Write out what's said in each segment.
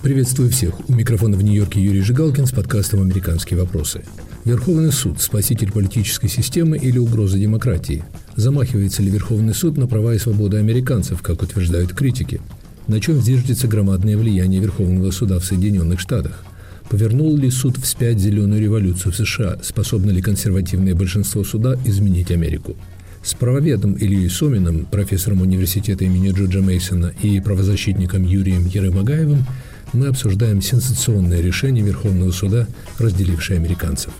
Приветствую всех. У микрофона в Нью-Йорке Юрий Жигалкин с подкастом «Американские вопросы». Верховный суд – спаситель политической системы или угроза демократии? Замахивается ли Верховный суд на права и свободы американцев, как утверждают критики? На чем зиждется громадное влияние Верховного суда в Соединенных Штатах? Повернул ли суд вспять зеленую революцию в США? Способно ли консервативное большинство суда изменить Америку? С правоведом Ильей Соминым, профессором университета имени Джорджа Мейсона и правозащитником Юрием Ерымагаевым мы обсуждаем сенсационное решение Верховного суда, разделившее американцев.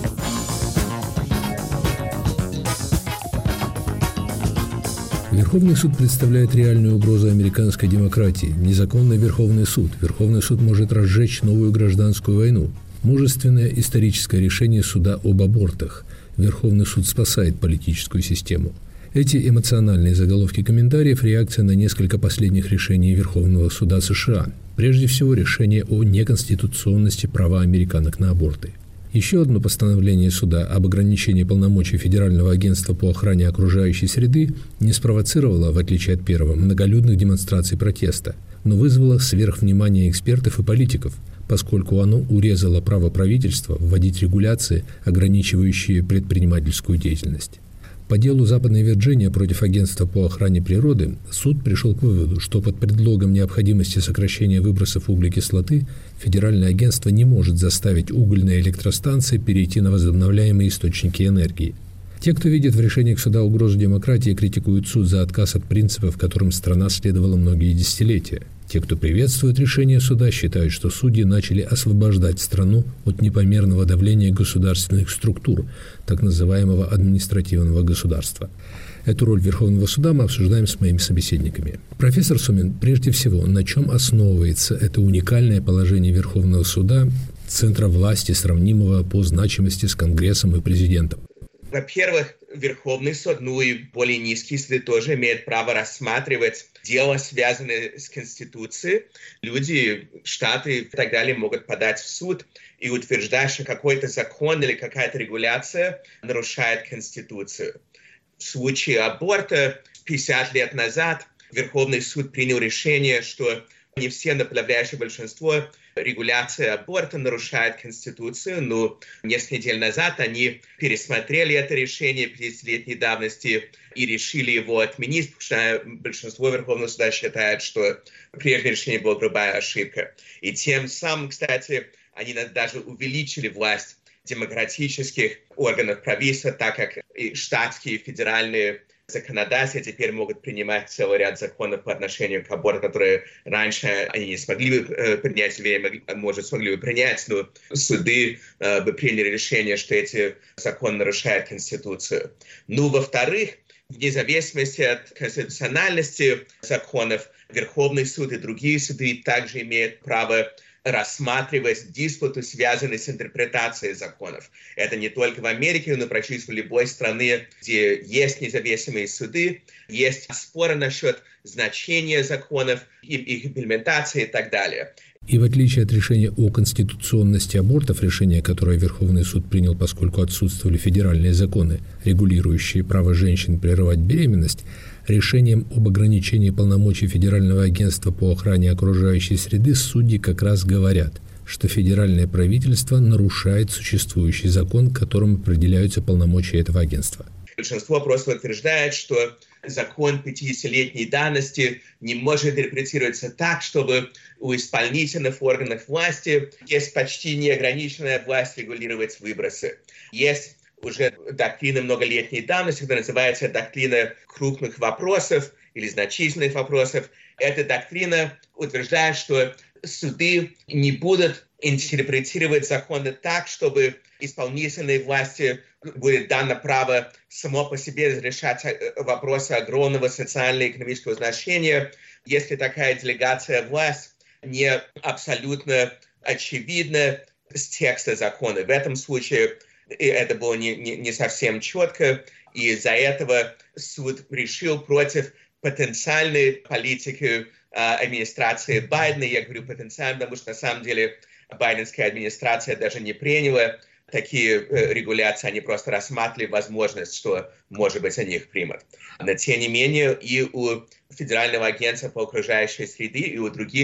Верховный суд представляет реальную угрозу американской демократии. Незаконный Верховный суд. Верховный суд может разжечь новую гражданскую войну. Мужественное историческое решение суда об абортах. Верховный суд спасает политическую систему. Эти эмоциональные заголовки комментариев – реакция на несколько последних решений Верховного суда США. Прежде всего, решение о неконституционности права американок на аборты. Еще одно постановление суда об ограничении полномочий Федерального агентства по охране окружающей среды не спровоцировало, в отличие от первого, многолюдных демонстраций протеста, но вызвало сверхвнимание экспертов и политиков, поскольку оно урезало право правительства вводить регуляции, ограничивающие предпринимательскую деятельность. По делу Западной Вирджинии против Агентства по охране природы суд пришел к выводу, что под предлогом необходимости сокращения выбросов углекислоты Федеральное агентство не может заставить угольные электростанции перейти на возобновляемые источники энергии. Те, кто видит в решениях суда угрозу демократии, критикуют суд за отказ от принципов, которым страна следовала многие десятилетия. Те, кто приветствует решение суда, считают, что судьи начали освобождать страну от непомерного давления государственных структур, так называемого административного государства. Эту роль Верховного суда мы обсуждаем с моими собеседниками. Профессор Сомин, прежде всего, на чем основывается это уникальное положение Верховного суда, центра власти, сравнимого по значимости с Конгрессом и президентом? Во-первых, Верховный суд, и более низкие суды тоже имеют право рассматривать дела, связанные с Конституцией. Люди, штаты и так далее могут подать в суд и утверждать, что какой-то закон или какая-то регуляция нарушает Конституцию. В случае аборта 50 лет назад Верховный суд принял решение, что не все, но подавляющее большинство регуляция аборта нарушает Конституцию, но несколько недель назад они пересмотрели это решение 50-летней давности и решили его отменить, потому что большинство Верховного суда считает, что прежнее решение была грубая ошибка. И тем самым, кстати, они даже увеличили власть демократических органов правительства, так как и штатские, и федеральные законодатели теперь могут принимать целый ряд законов по отношению к аборту, которые раньше они не смогли бы принять, или, может, смогли бы принять, но суды бы приняли решение, что эти законы нарушают Конституцию. Во-вторых, вне зависимости от конституциональности законов, Верховный суд и другие суды также имеют право рассматривать диспуты, связанные с интерпретацией законов. Это не только в Америке, но практически в любой стране, где есть независимые суды, есть споры насчет значения законов, их имплементации и так далее. И в отличие от решения о конституционности абортов, решение, которое Верховный суд принял, поскольку отсутствовали федеральные законы, регулирующие право женщин прерывать беременность, решением об ограничении полномочий Федерального агентства по охране окружающей среды судьи как раз говорят, что федеральное правительство нарушает существующий закон, которым определяются полномочия этого агентства. Большинство просто утверждает, что закон 50-летней давности не может интерпретироваться так, чтобы у исполнительных органов власти есть почти неограниченная власть регулировать выбросы. Есть уже доктрина многолетней давности, которая называется доктрина крупных вопросов или значительных вопросов. Эта доктрина утверждает, что суды не будут интерпретировать законы так, чтобы исполнительной власти будет дано право само по себе решать вопросы огромного социально-экономического значения, если такая делегация власти не абсолютно очевидна с текста закона. В этом случае это было не совсем четко, и из-за этого суд решил против потенциальной политики администрации Байдена. Я говорю потенциально, потому что на самом деле байденская администрация даже не приняла такие регуляции, они просто рассматривали возможность, что, может быть, они их примут. Но, тем не менее, и у Федерального агентства по окружающей среде, и у других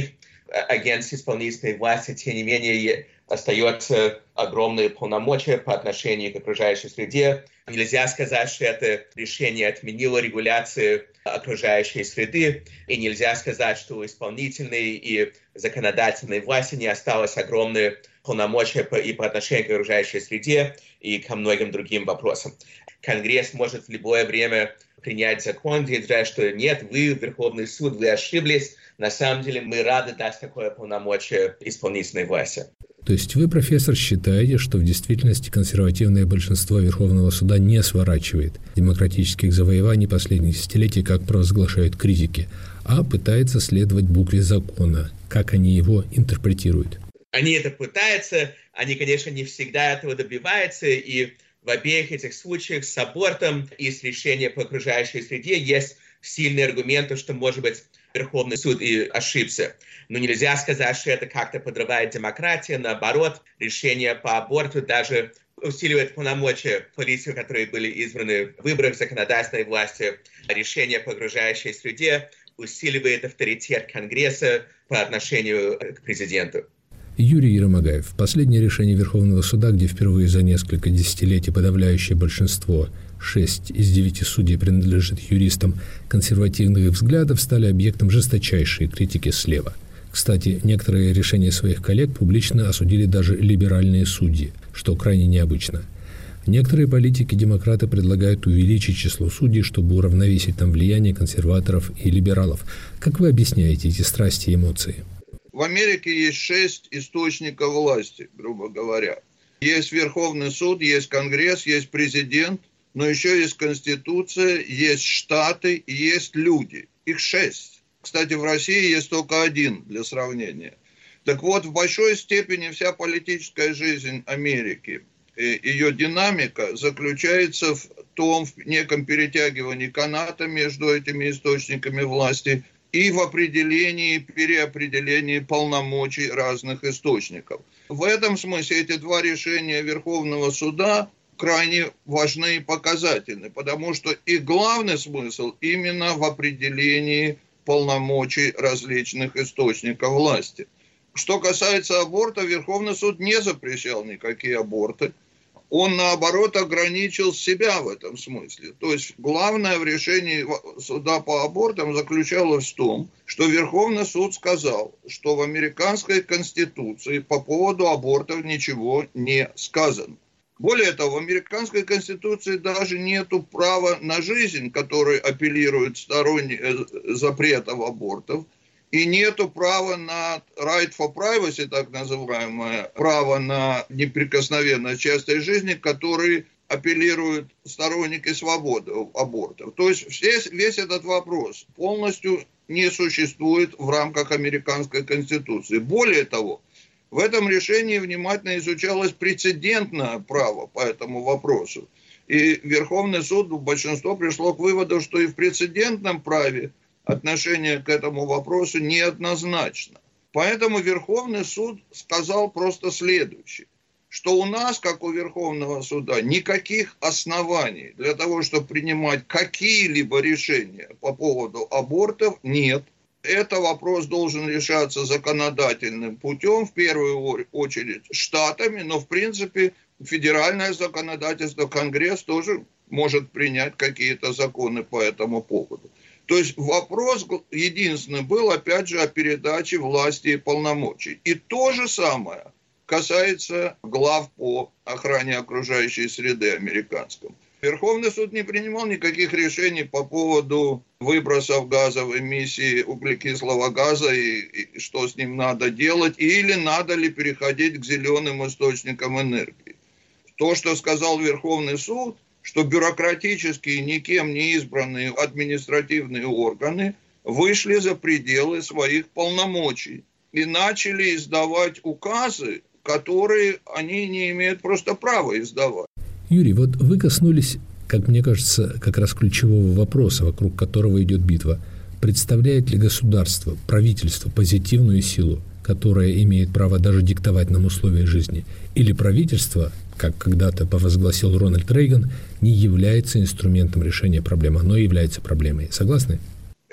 агентств исполнительной власти, тем не менее, остается огромные полномочия по отношению к окружающей среде. Нельзя сказать, что это решение отменило регуляцию окружающей среды, и нельзя сказать, что у исполнительной и законодательной власти не осталось огромные полномочия и по отношению к окружающей среде, и ко многим другим вопросам. Конгресс может в любое время принять закон, где сказать, что нет, вы, Верховный суд, вы ошиблись. На самом деле мы рады дать такое полномочие исполнительной власти. То есть вы, профессор, считаете, что в действительности консервативное большинство Верховного суда не сворачивает демократических завоеваний последних десятилетий, как провозглашают критики, а пытается следовать букве закона, как они его интерпретируют? Они это пытаются, они, конечно, не всегда этого добиваются, и в обеих этих случаях с абортом и с решением по окружающей среде есть сильные аргументы, что, может быть, Верховный суд и ошибся. Но нельзя сказать, что это как-то подрывает демократию. Наоборот, решение по аборту даже усиливает полномочия политиков, которые были избраны в выборах законодательной власти. Решение по окружающей среде усиливает авторитет Конгресса по отношению к президенту. Юрий Еромагаев. Последнее решение Верховного суда, где впервые за несколько десятилетий подавляющее большинство, 6 из 9 судей, принадлежит юристам консервативных взглядов, стали объектом жесточайшей критики слева. Кстати, некоторые решения своих коллег публично осудили даже либеральные судьи, что крайне необычно. Некоторые политики-демократы предлагают увеличить число судей, чтобы уравновесить там влияние консерваторов и либералов. Как вы объясняете эти страсти и эмоции? В Америке есть 6 источников власти, грубо говоря. Есть Верховный суд, есть Конгресс, есть президент, но еще есть Конституция, есть штаты и есть люди. Их 6. Кстати, в России есть только 1 для сравнения. Так вот, в большой степени вся политическая жизнь Америки, ее динамика заключается в неком перетягивании каната между этими источниками власти и в определении, переопределении полномочий разных источников. В этом смысле эти 2 решения Верховного суда крайне важны и показательны, потому что их главный смысл именно в определении полномочий различных источников власти. Что касается аборта, Верховный суд не запрещал никакие аборты. Он, наоборот, ограничил себя в этом смысле. То есть, главное в решении суда по абортам заключалось в том, что Верховный суд сказал, что в американской конституции по поводу абортов ничего не сказано. Более того, в американской конституции даже нету права на жизнь, который апеллирует сторонние запретов абортов, и нету права на right for privacy, так называемое, право на неприкосновенность частной жизни, который апеллируют сторонники свободы абортов. То есть весь этот вопрос полностью не существует в рамках американской конституции. Более того, в этом решении внимательно изучалось прецедентное право по этому вопросу. И Верховный суд, большинство пришло к выводу, что и в прецедентном праве отношение к этому вопросу неоднозначно. Поэтому Верховный суд сказал просто следующее, что у нас, как у Верховного суда, никаких оснований для того, чтобы принимать какие-либо решения по поводу абортов, нет. Это вопрос должен решаться законодательным путем, в первую очередь штатами, но в принципе федеральное законодательство, Конгресс тоже может принять какие-то законы по этому поводу. То есть вопрос единственный был, опять же, о передаче власти и полномочий. И то же самое касается глав по охране окружающей среды американском. Верховный суд не принимал никаких решений по поводу выбросов газов, эмиссии углекислого газа и что с ним надо делать, или надо ли переходить к зеленым источникам энергии. То, что сказал Верховный суд, что бюрократические, никем не избранные административные органы вышли за пределы своих полномочий и начали издавать указы, которые они не имеют просто права издавать. Юрий, вот вы коснулись, как мне кажется, как раз ключевого вопроса, вокруг которого идет битва. Представляет ли государство, правительство позитивную силу, которая имеет право даже диктовать нам условия жизни? Или правительство, как когда-то провозгласил Рональд Рейган, не является инструментом решения проблем, оно является проблемой? Согласны?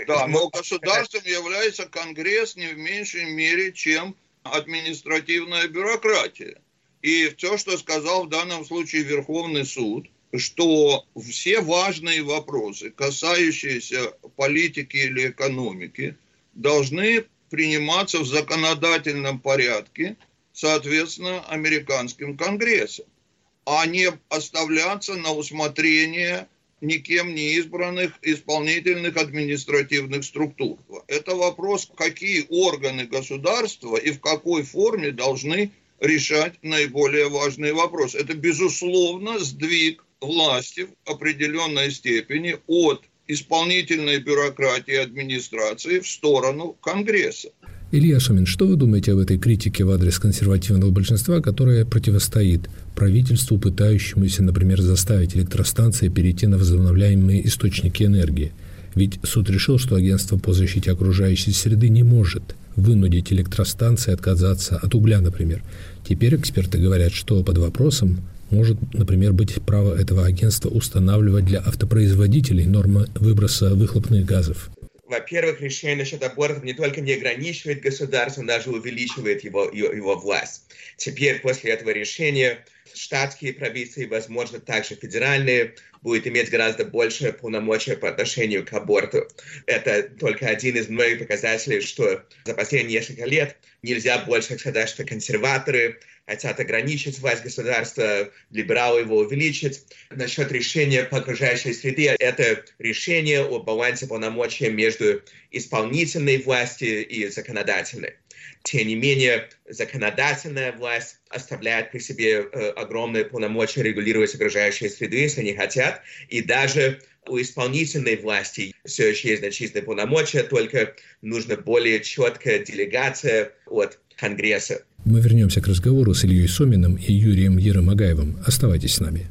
Да, но государством является Конгресс не в меньшей мере, чем административная бюрократия. И все, что сказал в данном случае Верховный суд, что все важные вопросы, касающиеся политики или экономики, должны приниматься в законодательном порядке, соответственно, американским Конгрессом, а не оставляться на усмотрение никем не избранных исполнительных административных структур. Это вопрос, какие органы государства и в какой форме должны решать наиболее важные вопросы. Это, безусловно, сдвиг власти в определенной степени от исполнительной бюрократии и администрации в сторону Конгресса. Илья Сомин, что вы думаете об этой критике в адрес консервативного большинства, которая противостоит правительству, пытающемуся, например, заставить электростанции перейти на возобновляемые источники энергии? Ведь суд решил, что агентство по защите окружающей среды не может вынудить электростанции отказаться от угля, например. Теперь эксперты говорят, что под вопросом может, например, быть право этого агентства устанавливать для автопроизводителей нормы выброса выхлопных газов. Во-первых, решение насчет абортов не только не ограничивает государство, но даже увеличивает его власть. Теперь, после этого решения, штатские правительства, возможно, также федеральные, будут иметь гораздо большее полномочия по отношению к аборту. Это только один из многих показателей, что за последние несколько лет нельзя больше сказать, что консерваторы хотят ограничить власть государства, либералы его увеличить. Насчет решения по окружающей среде, это решение о балансе полномочий между исполнительной властью и законодательной. Тем не менее, законодательная власть оставляет при себе огромные полномочия регулировать окружающую среду, если они хотят. И даже у исполнительной власти все еще есть значительные полномочия, только нужна более четкая делегация от Конгресса. Мы вернемся к разговору с Ильей Соминым и Юрием Еромагаевым. Оставайтесь с нами.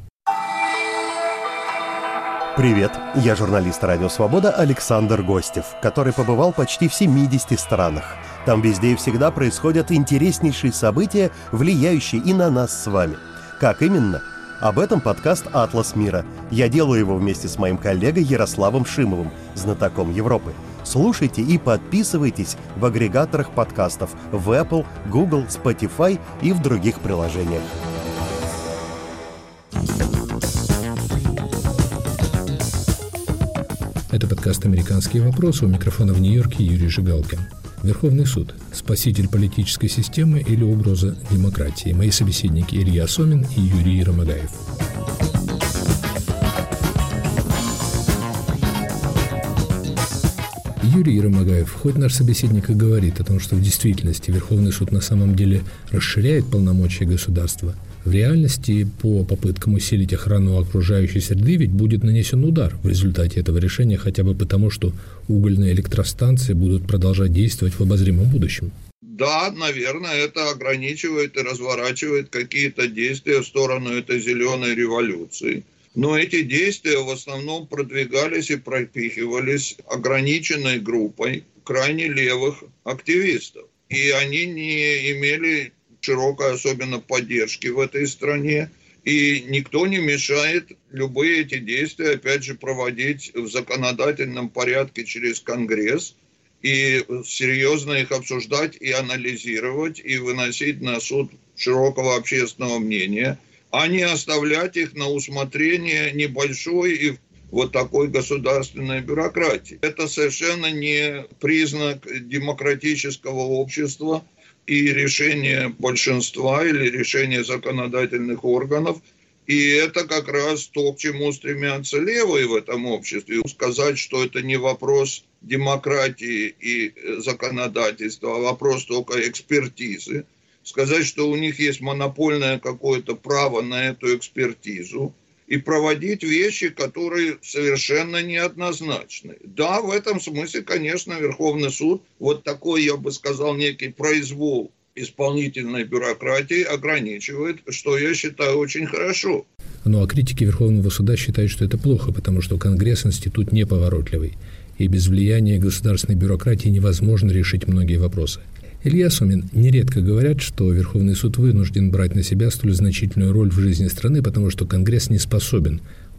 Привет, я журналист «Радио Свобода» Александр Гостев, который побывал почти в 70 странах. Там везде и всегда происходят интереснейшие события, влияющие и на нас с вами. Как именно? Об этом подкаст «Атлас мира». Я делаю его вместе с моим коллегой Ярославом Шимовым, знатоком Европы. Слушайте и подписывайтесь в агрегаторах подкастов в Apple, Google, Spotify и в других приложениях. Это подкаст «Американские вопросы», у микрофона в Нью-Йорке Юрий Жигалкин. Верховный суд – спаситель политической системы или угроза демократии? Мои собеседники Илья Сомин и Юрий Еромагаев. Юрий Еромагаев, хоть наш собеседник и говорит о том, что в действительности Верховный суд на самом деле расширяет полномочия государства, в реальности по попыткам усилить охрану окружающей среды ведь будет нанесен удар в результате этого решения, хотя бы потому, что угольные электростанции будут продолжать действовать в обозримом будущем. Да, наверное, это ограничивает и разворачивает какие-то действия в сторону этой зеленой революции. Но эти действия в основном продвигались и пропихивались ограниченной группой крайне левых активистов. И они не имели широкой особенно поддержки в этой стране. И никто не мешает любые эти действия, опять же, проводить в законодательном порядке через Конгресс и серьезно их обсуждать и анализировать, и выносить на суд широкого общественного мнения, а не оставлять их на усмотрение небольшой и вот такой государственной бюрократии. Это совершенно не признак демократического общества и решение большинства или решение законодательных органов. И это как раз то, к чему стремятся левые в этом обществе. Сказать, что это не вопрос демократии и законодательства, а вопрос только экспертизы. Сказать, что у них есть монопольное какое-то право на эту экспертизу и проводить вещи, которые совершенно неоднозначны. Да, в этом смысле, конечно, Верховный суд, вот такой, я бы сказал, некий произвол исполнительной бюрократии ограничивает, что я считаю очень хорошо. Ну а критики Верховного суда считают, что это плохо, потому что Конгресс – институт неповоротливый, и без влияния государственной бюрократии невозможно решить многие вопросы. Илья Сомин, нередко говорят, что Верховный суд вынужден брать на себя столь значительную роль в жизни страны, потому что Конгресс не способен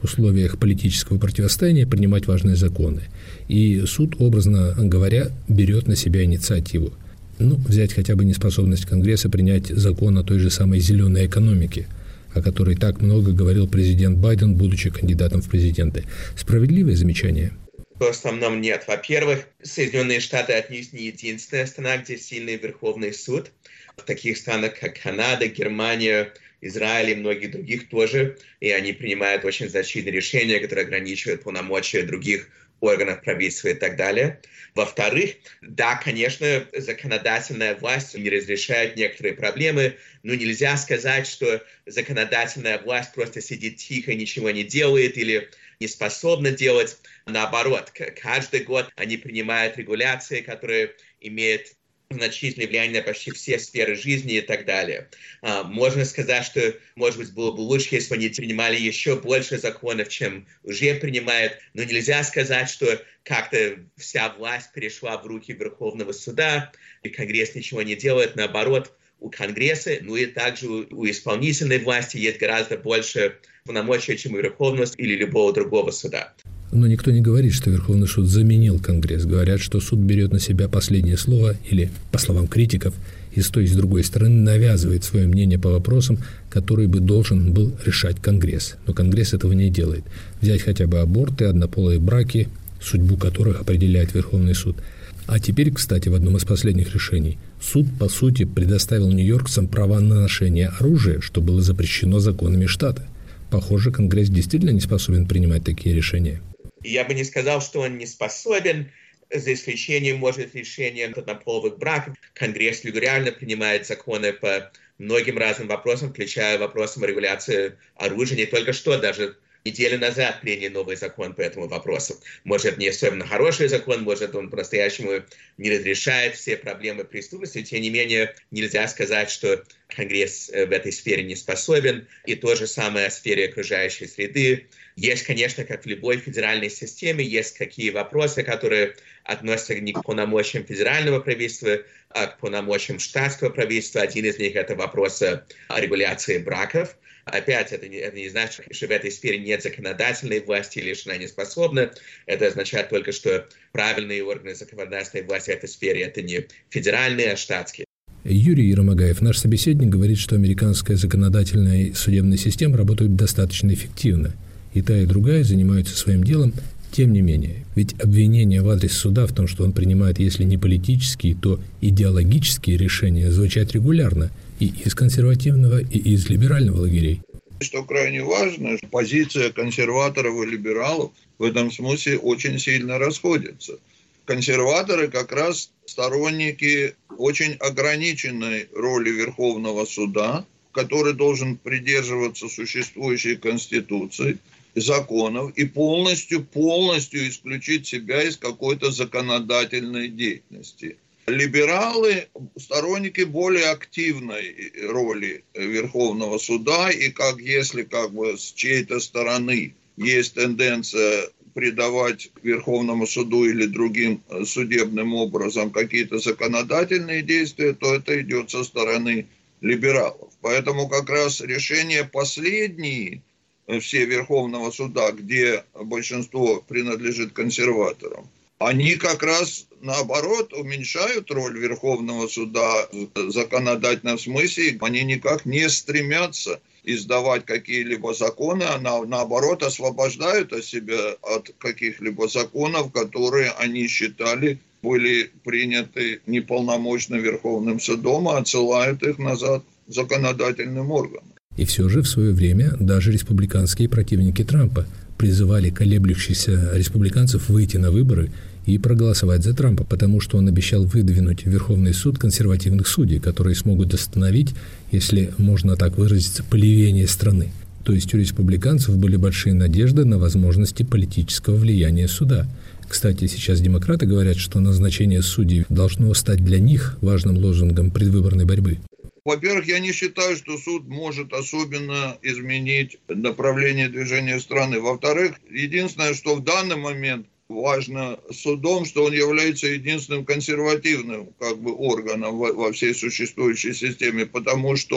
условиях политического противостояния принимать важные законы. И суд, образно говоря, берет на себя инициативу. Взять хотя бы неспособность Конгресса принять закон о той же самой зеленой экономике, о которой так много говорил президент Байден, будучи кандидатом в президенты. Справедливое замечание? В основном нет. Во-первых, Соединенные Штаты отнюдь не единственная страна, где сильный Верховный суд. В таких странах, как Канада, Германия, Израиль и многих других тоже. И они принимают очень значительные решения, которые ограничивают полномочия других органов правительства и так далее. Во-вторых, да, конечно, законодательная власть не разрешает некоторые проблемы, но нельзя сказать, что законодательная власть просто сидит тихо, ничего не делает или не способна делать. Наоборот, каждый год они принимают регуляции, которые имеют значительное влияние на почти все сферы жизни и так далее. Можно сказать, что, может быть, было бы лучше, если бы они принимали еще больше законов, чем уже принимают, но нельзя сказать, что как-то вся власть перешла в руки Верховного суда, и Конгресс ничего не делает. Наоборот, у Конгресса, и также у исполнительной власти есть гораздо больше полномочий, чем у Верховного или любого другого суда. Но никто не говорит, что Верховный суд заменил Конгресс. Говорят, что суд берет на себя последнее слово или, по словам критиков, и с той, и с другой стороны навязывает свое мнение по вопросам, которые бы должен был решать Конгресс. Но Конгресс этого не делает. Взять хотя бы аборты, однополые браки, судьбу которых определяет Верховный суд. А теперь, кстати, в одном из последних решений суд, по сути, предоставил нью-йоркцам права на ношение оружия, что было запрещено законами штата. Похоже, Конгресс действительно не способен принимать такие решения. Я бы не сказал, что он не способен, за исключением, может, решения однополых браков. Конгресс регулярно принимает законы по многим разным вопросам, включая вопросам регуляции оружия. Не только что, даже неделю назад приняли новый закон по этому вопросу. Может, это не особенно хороший закон, может, он по-настоящему не разрешает все проблемы преступности. Тем не менее, нельзя сказать, что Конгресс в этой сфере не способен. И то же самое в сфере окружающей среды. Есть, конечно, как в любой федеральной системе, есть какие вопросы, которые относятся не к полномочиям федерального правительства, а к полномочиям штатского правительства. Один из них – это вопрос о регуляции браков. Опять, это не значит, что в этой сфере нет законодательной власти или что она не способна. Это означает только, что правильные органы законодательной власти в этой сфере – это не федеральные, а штатские. Юрий Еромагаев, наш собеседник, говорит, что американская законодательная и судебная система работают достаточно эффективно. И та, и другая занимаются своим делом, тем не менее. Ведь обвинения в адрес суда в том, что он принимает, если не политические, то идеологические решения, звучат регулярно и из консервативного, и из либерального лагерей. Что крайне важно, позиция консерваторов и либералов в этом смысле очень сильно расходится. Консерваторы как раз сторонники очень ограниченной роли Верховного суда, который должен придерживаться существующей Конституции, законов и полностью исключить себя из какой-то законодательной деятельности. Либералы – сторонники более активной роли Верховного суда, и если с чьей-то стороны есть тенденция придавать Верховному суду или другим судебным образом какие-то законодательные действия, то это идет со стороны либералов. Поэтому как раз решения последние все Верховного суда, где большинство принадлежит консерваторам, они как раз наоборот уменьшают роль Верховного суда в законодательном смысле. Они никак не стремятся издавать какие-либо законы, а наоборот освобождают себя от каких-либо законов, которые они считали были приняты неполномочно Верховным судом, а отсылают их назад законодательным органам. И все же в свое время даже республиканские противники Трампа призывали колеблющихся республиканцев выйти на выборы и проголосовать за Трампа, потому что он обещал выдвинуть в Верховный суд консервативных судей, которые смогут остановить, если можно так выразиться, поливение страны. То есть у республиканцев были большие надежды на возможности политического влияния суда. Кстати, сейчас демократы говорят, что назначение судей должно стать для них важным лозунгом предвыборной борьбы. Во-первых, я не считаю, что суд может особенно изменить направление движения страны. Во-вторых, единственное, что в данный момент важно судом, что он является единственным консервативным органом во всей существующей системе, потому что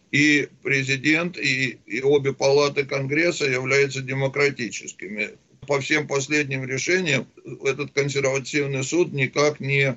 И президент, и обе палаты Конгресса являются демократическими. По всем последним решениям этот консервативный суд никак не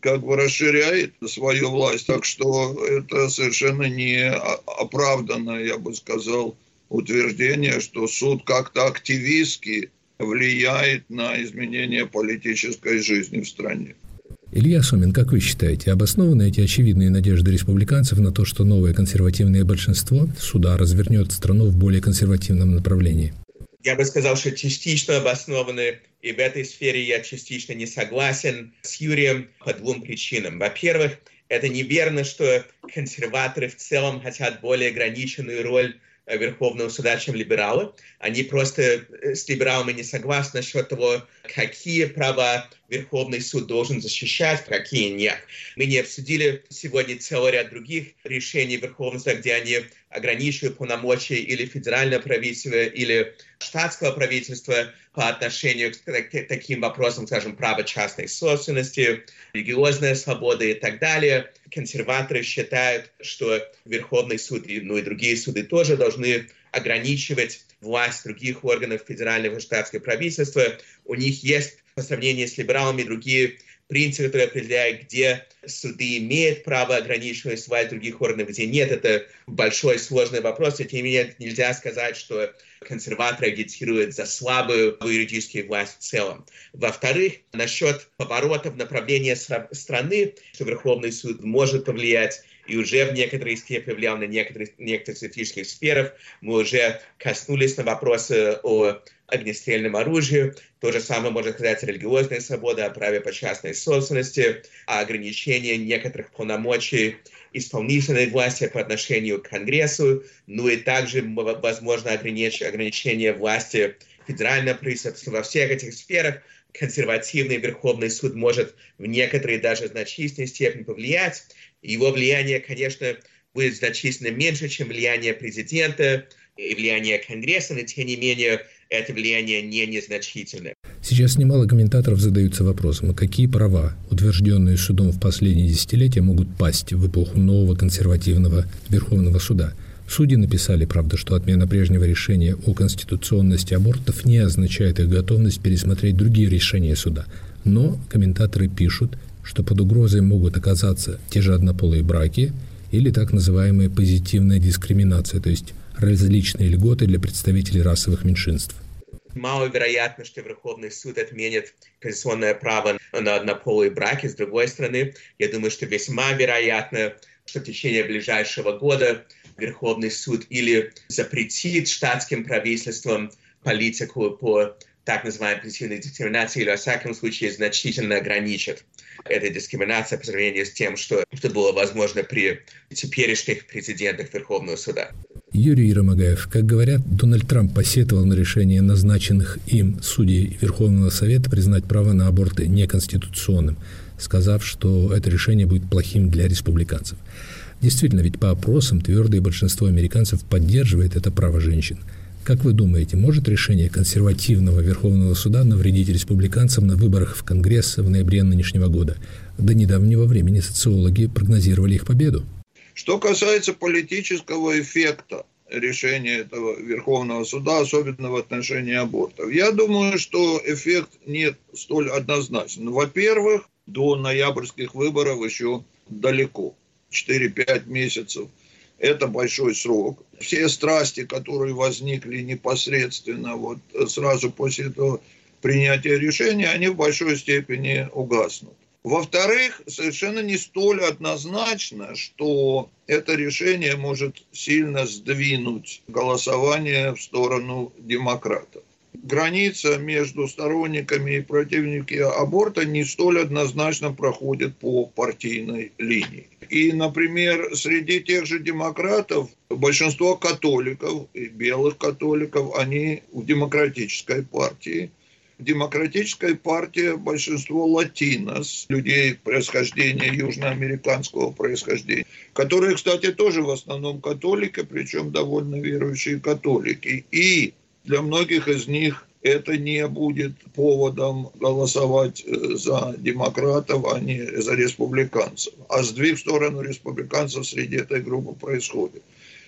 расширяет свою власть. Так что это совершенно не оправданное, я бы сказал, утверждение, что суд как-то активистски влияет на изменение политической жизни в стране. Илья Сомин, как вы считаете, обоснованы эти очевидные надежды республиканцев на то, что новое консервативное большинство суда развернет страну в более консервативном направлении? Я бы сказал, что частично обоснованы, и в этой сфере я частично не согласен с Юрием по двум причинам. Во-первых, это неверно, что консерваторы в целом хотят более ограниченную роль Верховного суда, чем либералы. Они просто с либералами не согласны насчет того, какие права Верховный суд должен защищать, какие нет. Мы не обсудили сегодня целый ряд других решений Верховного суда, где они ограничивают полномочия или федерального правительства, или штатского правительства по отношению к таким вопросам, скажем, право частной собственности, религиозная свобода и так далее. Консерваторы считают, что Верховный суд и другие суды тоже должны ограничивать власть других органов федерального и штатского правительства. У них есть, по сравнению с либералами, другие принципы, которые определяют, где суды имеют право ограничивать власть других органов, где нет. Это большой сложный вопрос, и тем не менее нельзя сказать, что консерваторы агитируют за слабую юридическую власть в целом. Во-вторых, насчет поворота в направлении страны, что Верховный суд может повлиять, и уже в некоторой степени повлиял на некоторых стратегических сферах. Мы уже коснулись на вопросы о огнестрельном оружии. То же самое можно сказать о религиозной свободе, о праве по частной собственности, о ограничении некоторых полномочий исполнительной власти по отношению к Конгрессу, и также, возможно, ограничение власти федерального правительства. Во всех этих сферах консервативный Верховный суд может в некоторой даже значительной степени повлиять. Его влияние, конечно, будет значительно меньше, чем влияние президента и влияние Конгресса, но тем не менее это влияние не незначительное. Сейчас немало комментаторов задаются вопросом, какие права, утвержденные судом в последние десятилетия, могут пасть в эпоху нового консервативного Верховного суда. Судьи написали, правда, что отмена прежнего решения о конституционности абортов не означает их готовность пересмотреть другие решения суда. Но комментаторы пишут, что под угрозой могут оказаться те же однополые браки или так называемая позитивная дискриминация, то есть различные льготы для представителей расовых меньшинств. Маловероятно, что Верховный суд отменит конституционное право на однополые браки. С другой стороны, я думаю, что весьма вероятно, что в течение ближайшего года Верховный суд или запретит штатским правительством политику по так называемой позитивной дискриминации, или, во всяком случае, значительно ограничит эту дискриминацию по сравнению с тем, что было возможно при теперешних президентах Верховного суда. Юрий Еромагаев, как говорят, Дональд Трамп посетовал на решение назначенных им судей Верховного Совета признать право на аборты неконституционным, сказав, что это решение будет плохим для республиканцев. Действительно, ведь по опросам твердое большинство американцев поддерживает это право женщин. Как вы думаете, может решение консервативного Верховного суда навредить республиканцам на выборах в Конгресс в ноябре нынешнего года? До недавнего времени социологи прогнозировали их победу. Что касается политического эффекта решения этого Верховного суда, особенно в отношении абортов, я думаю, что эффект не столь однозначен. Во-первых, до ноябрьских выборов еще далеко, 4-5 месяцев. Это большой срок. Все страсти, которые возникли непосредственно сразу после этого принятия решения, они в большой степени угаснут. Во-вторых, совершенно не столь однозначно, что это решение может сильно сдвинуть голосование в сторону демократов. Граница между сторонниками и противниками аборта не столь однозначно проходит по партийной линии. И, например, среди тех же демократов большинство католиков и белых католиков, они в демократической партии. В демократической партии большинство латинос, людей происхождения, южноамериканского происхождения, которые, кстати, тоже в основном католики, причем довольно верующие католики. И для многих из них это не будет поводом голосовать за демократов, а не за республиканцев. А сдвиг в сторону республиканцев среди этой группы происходит.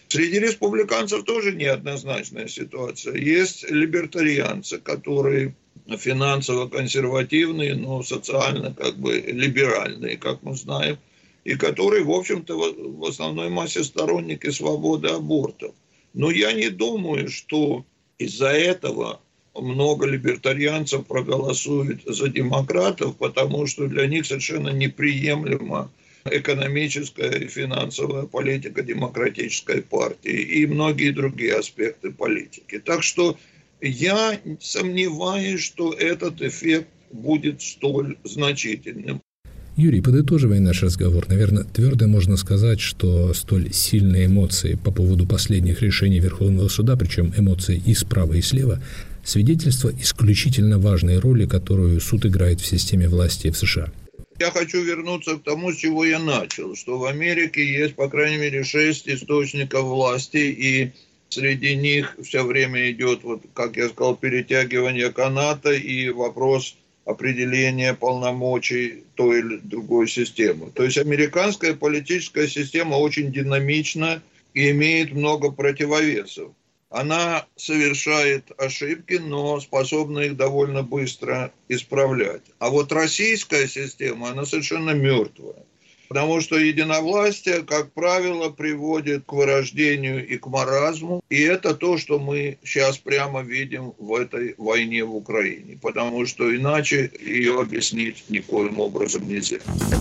Среди республиканцев тоже неоднозначная ситуация. Есть либертарианцы, которые финансово-консервативные, но социально либеральные, как мы знаем, и которые, в общем-то, в основной массе сторонники свободы абортов. Но я не думаю, что из-за этого много либертарианцев проголосуют за демократов, потому что для них совершенно неприемлема экономическая и финансовая политика демократической партии и многие другие аспекты политики. Так что я сомневаюсь, что этот эффект будет столь значительным. Юрий, подытоживая наш разговор, наверное, твердо можно сказать, что столь сильные эмоции по поводу последних решений Верховного суда, причем эмоции и справа, и слева, свидетельство исключительно важной роли, которую суд играет в системе власти в США. Я хочу вернуться к тому, с чего я начал, что в Америке есть, по крайней мере, 6 источников власти, и среди них все время идет, как я сказал, перетягивание каната и вопрос определения полномочий той или другой системы. То есть американская политическая система очень динамична и имеет много противовесов. Она совершает ошибки, но способна их довольно быстро исправлять. А вот российская система, она совершенно мертвая. Потому что единовластие, как правило, приводит к вырождению и к маразму. И это то, что мы сейчас прямо видим в этой войне в Украине. Потому что иначе ее объяснить никоим образом нельзя.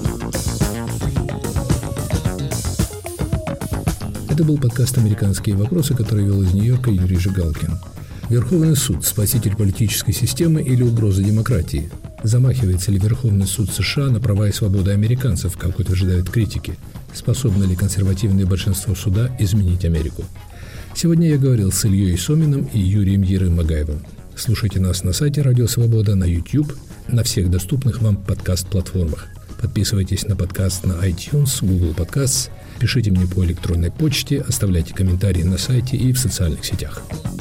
Это был подкаст «Американские вопросы», который вел из Нью-Йорка Юрий Жигалкин. Верховный суд – спаситель политической системы или угроза демократии? Замахивается ли Верховный суд США на права и свободы американцев, как утверждают критики? Способно ли консервативное большинство суда изменить Америку? Сегодня я говорил с Ильей Соминым и Юрием Ерым-Магаевым. Слушайте нас на сайте Радио Свобода, на YouTube, на всех доступных вам подкаст-платформах. Подписывайтесь на подкаст на iTunes, Google Podcasts, пишите мне по электронной почте, оставляйте комментарии на сайте и в социальных сетях.